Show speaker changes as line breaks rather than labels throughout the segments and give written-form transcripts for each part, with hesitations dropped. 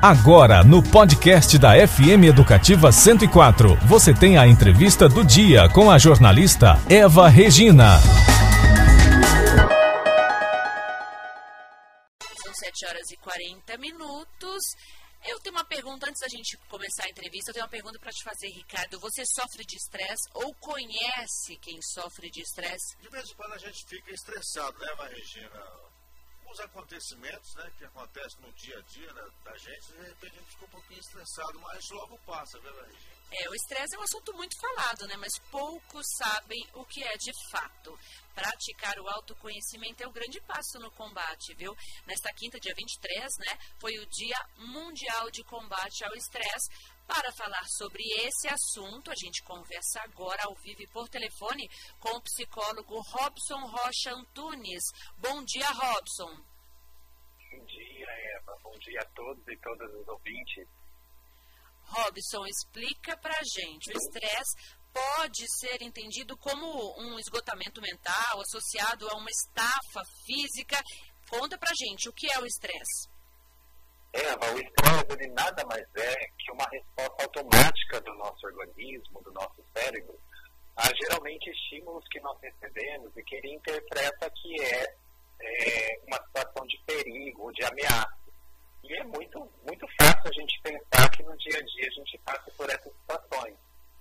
Agora, no podcast da FM Educativa 104, você tem a entrevista do dia com a jornalista Eva Regina.
São 7h40. Eu tenho uma pergunta, antes da gente começar a entrevista, eu tenho uma pergunta para te fazer, Ricardo. Você sofre de estresse ou conhece quem sofre de estresse?
De vez em quando a gente fica estressado, né, Eva Regina? Os acontecimentos, né, que acontecem no dia a dia, né, da gente, de repente a gente fica um pouquinho estressado, mas logo passa, viu, Eva Regina?
O estresse é um assunto muito falado, né, mas poucos sabem o que é de fato. Praticar o autoconhecimento é um grande passo no combate, viu? Nesta quinta, dia 23, né, foi o Dia Mundial de Combate ao Estresse. Para falar sobre esse assunto, a gente conversa agora ao vivo e por telefone com o psicólogo Robson Rocha Antunes. Bom dia, Robson.
Bom dia, Eva. Bom dia a todos e todas os ouvintes.
Robson, explica pra gente. O estresse pode ser entendido como um esgotamento mental associado a uma estafa física. Conta pra gente, o que é o estresse?
Eva, o estresse ele nada mais é que uma resposta automática do nosso organismo, do nosso cérebro, a geralmente estímulos que nós recebemos e que ele interpreta que é uma situação de perigo ou de ameaça. E é muito fácil a gente pensar que no dia a dia a gente passa por essas situações.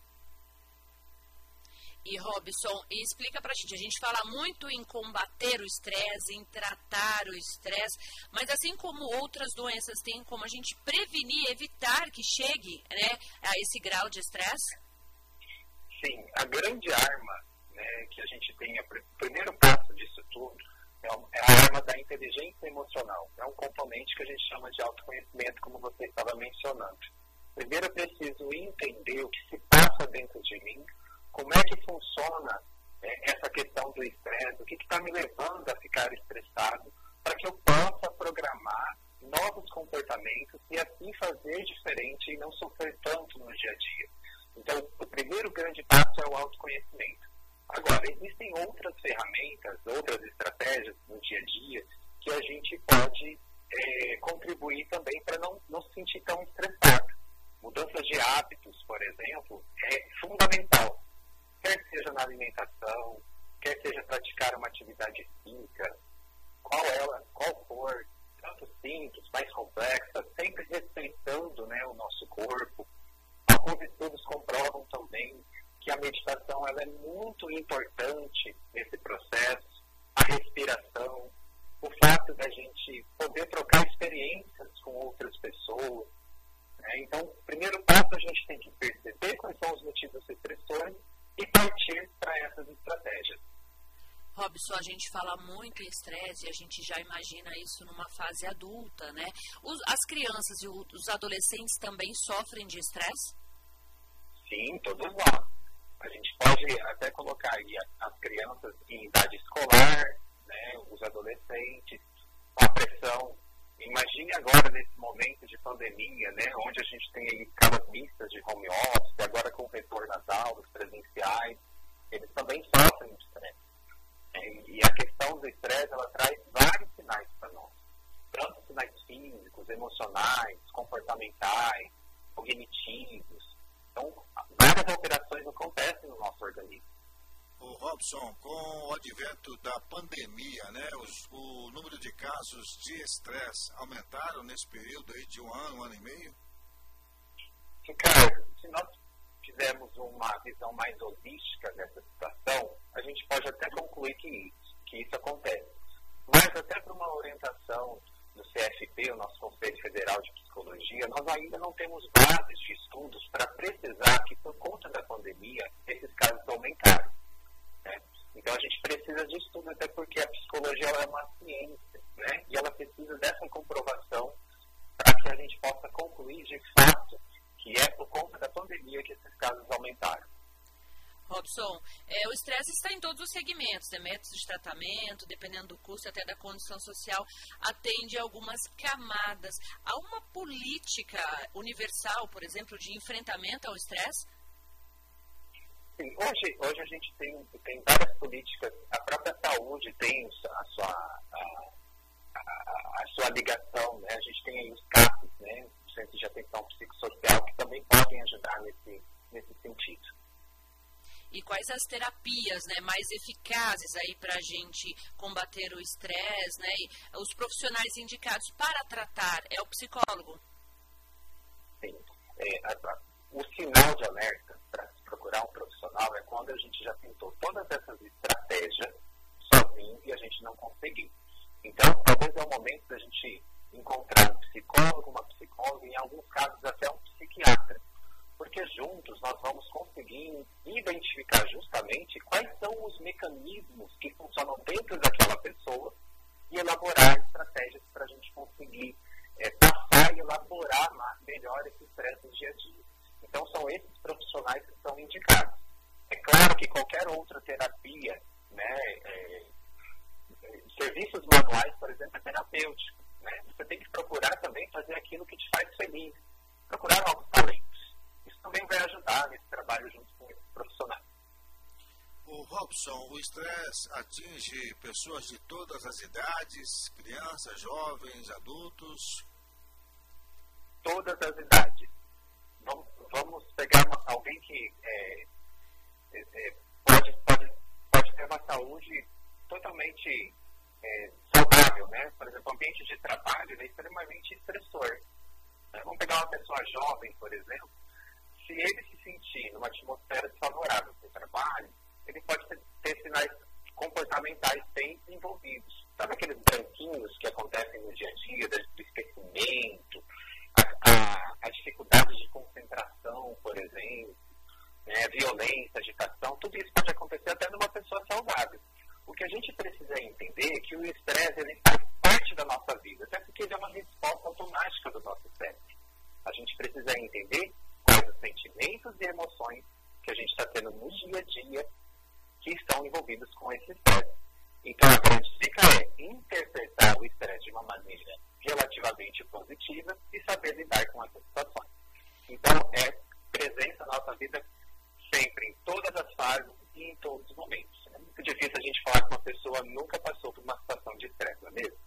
E Robson, explica pra gente, a gente fala muito em combater o estresse, em tratar o estresse, mas assim como outras doenças, tem como a gente prevenir, evitar que chegue, né, a esse grau de estresse?
Sim, a grande arma, né, que a gente tem, o primeiro passo disso tudo, é a arma da inteligência emocional. É um componente que a gente chama de autoconhecimento, como você estava mencionando. Primeiro eu preciso entender o que se passa dentro de mim, como é que funciona essa questão do estresse, o que está me levando a ficar estressado, para que eu possa programar novos comportamentos e assim fazer diferente e não sofrer tanto no dia a dia. Então, o primeiro grande passo é o autoconhecimento. Agora, existem outras ferramentas, outras estratégias no dia a dia que a gente pode contribuir também para não se sentir tão estressado. Mudanças de hábitos, por exemplo, é fundamental. Quer seja na alimentação, quer seja praticar uma atividade física, qual for, tanto simples, mais complexa, sempre respeitando, né, o nosso corpo. Alguns estudos comprovam também que a meditação ela é muito importante nesse processo, a respiração, o fato da gente poder trocar experiências com outras pessoas. Né? Então, o primeiro passo a gente tem que perceber quais são os motivos estressores e partir para essas estratégias.
Robson, a gente fala muito em estresse e a gente já imagina isso numa fase adulta, né? As crianças e os adolescentes também sofrem de estresse?
Sim, todos nós. A gente pode até colocar aí as crianças em idade escolar, né, os adolescentes, a pressão. Imagine agora nesse momento de pandemia, né, onde a gente tem aí escalas mistas de home office, agora com o retorno às aulas presenciais, eles também sofrem de estresse. E a questão do estresse, ela traz vários sinais para nós. Tanto sinais físicos, emocionais, comportamentais, cognitivos. Então, várias alterações acontecem no nosso organismo.
Ô Robson, com o advento da pandemia, né, o número de casos de estresse aumentaram nesse período aí de um ano e meio?
Ricardo, se nós fizermos uma visão mais holística dessa situação, a gente pode até concluir que isso acontece. Mas até para uma orientação do CFP, o nosso Conselho Federal de Psicologia, nós ainda não temos bases de estudos para precisar que por conta da pandemia esses casos aumentaram. Né? Então a gente precisa de estudo, até porque a psicologia ela é uma ciência, né? E ela precisa dessa comprovação para que a gente possa concluir de fato que é por conta da pandemia que esses casos aumentaram.
Robson, o estresse está em todos os segmentos, né? Métodos de tratamento, dependendo do custo até da condição social, atende a algumas camadas. Há uma política universal, por exemplo, de enfrentamento ao estresse?
Sim, hoje a gente tem várias políticas, a própria saúde tem a sua ligação, né? A gente tem aí os CAPs, né? centros de atenção psicossocial que também podem ajudar nesse sentido.
E quais as terapias, né, mais eficazes aí para a gente combater o estresse, né? E os profissionais indicados para tratar é o psicólogo?
Sim. O sinal de alerta para se procurar um profissional é quando a gente já tentou todas essas estratégias sozinho e a gente não conseguiu. Então, talvez é o momento da gente encontrar um psicólogo, uma psicóloga, em alguns casos até um psiquiatra. Porque juntos nós vamos conseguir identificar justamente quais são os mecanismos que funcionam dentro daquela pessoa e elaborar estratégias para a gente conseguir passar e elaborar melhor esse estresse do dia a dia. Então, são esses profissionais que são indicados. É claro que qualquer outra terapia, né, serviços manuais, por exemplo, é terapêutico. Né? Você tem que procurar também fazer aquilo que te faz feliz, procurar novos talentos. Isso também vai ajudar nesse trabalho junto com esses profissionais.
O Robson, o estresse atinge pessoas de todas as idades, crianças, jovens, adultos?
Todas as idades. Vamos pegar alguém que pode ter uma saúde totalmente saudável, né? Por exemplo, o ambiente de trabalho é extremamente estressor. Vamos pegar uma pessoa jovem, por exemplo, se ele se sentir numa atmosfera desfavorável para o trabalho, ele pode ter sinais comportamentais bem desenvolvidos. Sabe aqueles branquinhos que acontecem no dia a dia, do esquecimento, a dificuldade de concentração, por exemplo, né, violência, agitação, tudo isso pode acontecer até numa pessoa saudável. O que a gente precisa entender é que o estresse ele faz parte da nossa vida, até porque ele é uma resposta automática do nosso cérebro. A gente precisa entender quais os sentimentos e emoções que a gente está tendo no dia a dia que estão envolvidos com esse estresse. Então, a grande dica é interpretar o estresse de uma maneira relativamente positiva e saber lidar com essas situações. Então, é presença na nossa vida sempre, em todas as fases e em todos os momentos. É muito difícil a gente falar que uma pessoa nunca passou por uma situação de estresse, não é mesmo?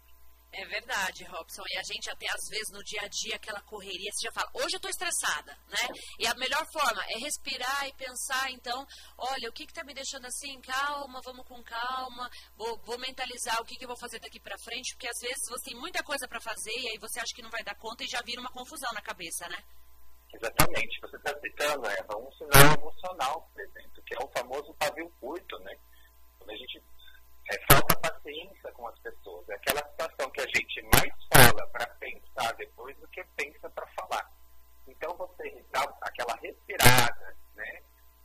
É verdade, Robson. E a gente até, às vezes, no dia a dia, aquela correria, você já fala, hoje eu estou estressada, né? E a melhor forma é respirar e pensar, então, olha, o que está me deixando assim? Calma, vamos com calma, vou mentalizar o que eu vou fazer daqui para frente, porque às vezes você tem muita coisa para fazer e aí você acha que não vai dar conta e já vira uma confusão na cabeça, né?
Exatamente. Você está citando, Eva, um sinal emocional, por exemplo, que é o famoso pavio curto, né? Quando a gente falta paciência com as pessoas. É aquela situação que a gente mais fala para pensar depois do que pensa para falar. Então, você dá aquela respirada, né?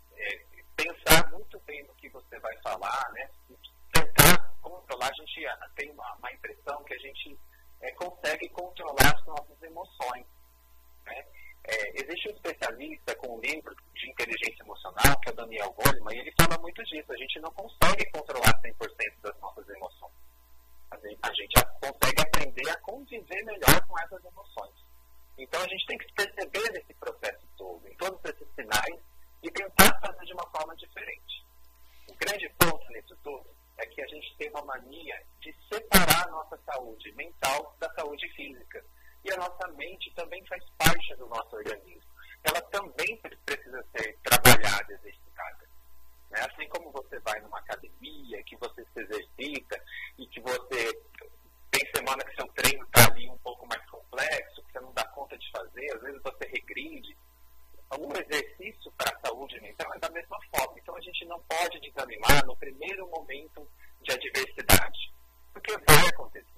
Pensar muito bem no que você vai falar, né? Tentar controlar. A gente tem uma impressão que a gente consegue controlar as nossas emoções, né? Existe um especialista com um livro de inteligência emocional, que é o Daniel Goleman, e ele fala muito disso. A gente não consegue controlar 100% das nossas emoções. A gente consegue aprender a conviver melhor com essas emoções. Então, a gente tem que se perceber nesse processo todo, em todos esses sinais, e tentar fazer de uma forma diferente. O grande ponto nisso tudo é que a gente tem uma mania de separar a nossa saúde mental da saúde física. E a nossa mente também faz parte do nosso organismo. Ela também precisa ser trabalhada, exercitada. Né? Assim como você vai numa academia, que você se exercita e que você tem semana que seu treino está ali um pouco mais complexo, que você não dá conta de fazer, às vezes você regride. Um exercício para a saúde mental é da mesma forma. Então a gente não pode desanimar no primeiro momento de adversidade, porque vai acontecer.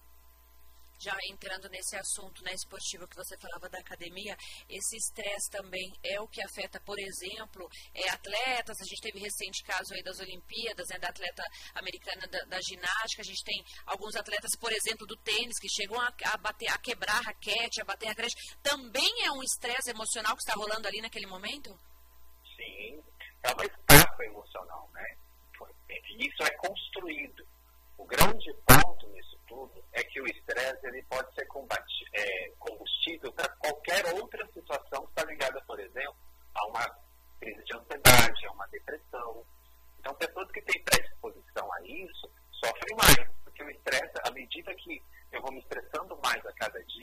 Já entrando nesse assunto, né, esportivo que você falava da academia, esse estresse também é o que afeta, por exemplo, atletas. A gente teve recente caso aí das Olimpíadas, né, da atleta americana da ginástica. A gente tem alguns atletas, por exemplo, do tênis, que chegam a quebrar a raquete, a bater a raquete. Também é um estresse emocional que está rolando ali naquele momento?
Sim, é uma estafa emocional, né? Isso é construído. O grande ponto nisso tudo é que o estresse ele pode ser combustível para qualquer outra situação que está ligada, por exemplo, a uma crise de ansiedade, a uma depressão. Então, pessoas que têm predisposição a isso sofrem mais, porque o estresse, à medida que eu vou me estressando mais a cada dia,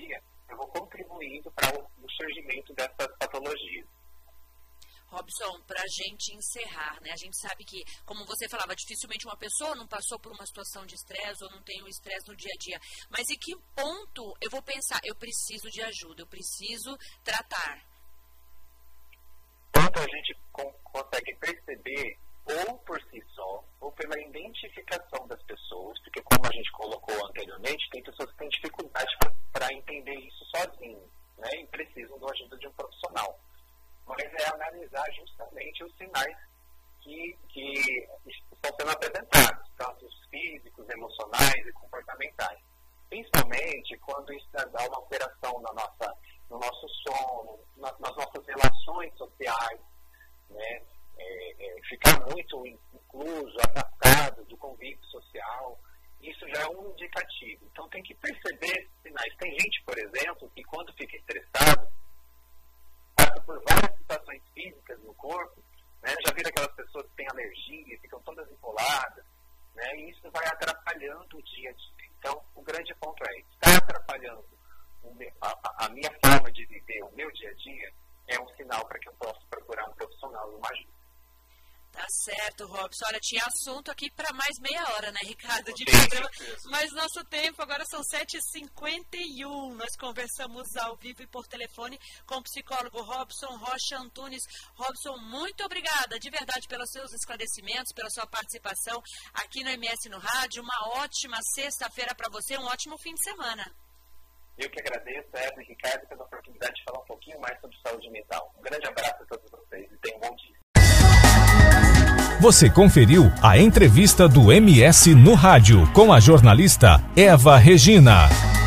eu vou contribuindo para o surgimento dessas patologias.
Robson, para a gente encerrar, né? A gente sabe que, como você falava, dificilmente uma pessoa não passou por uma situação de estresse ou não tem o estresse no dia a dia. Mas em que ponto eu vou pensar, eu preciso de ajuda, eu preciso tratar?
Quando a gente consegue perceber, ou por si só, ou pela identificação das pessoas, porque como a gente colocou anteriormente, tem pessoas que têm dificuldade para entender isso sozinhos, né? E precisam da ajuda de um profissional. Mas é analisar justamente os sinais que estão sendo apresentados, tanto os físicos, emocionais e comportamentais. Principalmente quando isso dá uma alteração no nosso sono, nas nossas relações sociais, né? Ficar muito incluso, afastado do convívio social, isso já é um indicativo. Então tem que perceber esses sinais. Tem gente, por exemplo, que quando fica estressado, passa por várias situações físicas no corpo, né? Já viram aquelas pessoas que têm alergia, ficam todas empoladas, né? E isso vai atrapalhando o dia a dia. Então, o grande ponto é, está atrapalhando a minha forma de viver, o meu dia a dia, é um sinal para que eu possa procurar um profissional e uma ajuda.
Tá certo, Robson. Olha, tinha assunto aqui para mais meia hora, né, Ricardo? De programa, mas nosso tempo agora são 7h51. Nós conversamos ao vivo e por telefone com o psicólogo Robson Rocha Antunes. Robson, muito obrigada, de verdade, pelos seus esclarecimentos, pela sua participação aqui no MS no Rádio. Uma ótima sexta-feira para você, um ótimo fim de semana.
Eu que agradeço, Eva e Ricardo, pela oportunidade de falar um pouquinho mais sobre saúde mental. Um grande abraço a todos vocês e tenham um bom dia.
Você conferiu a entrevista do MS no Rádio com a jornalista Eva Regina.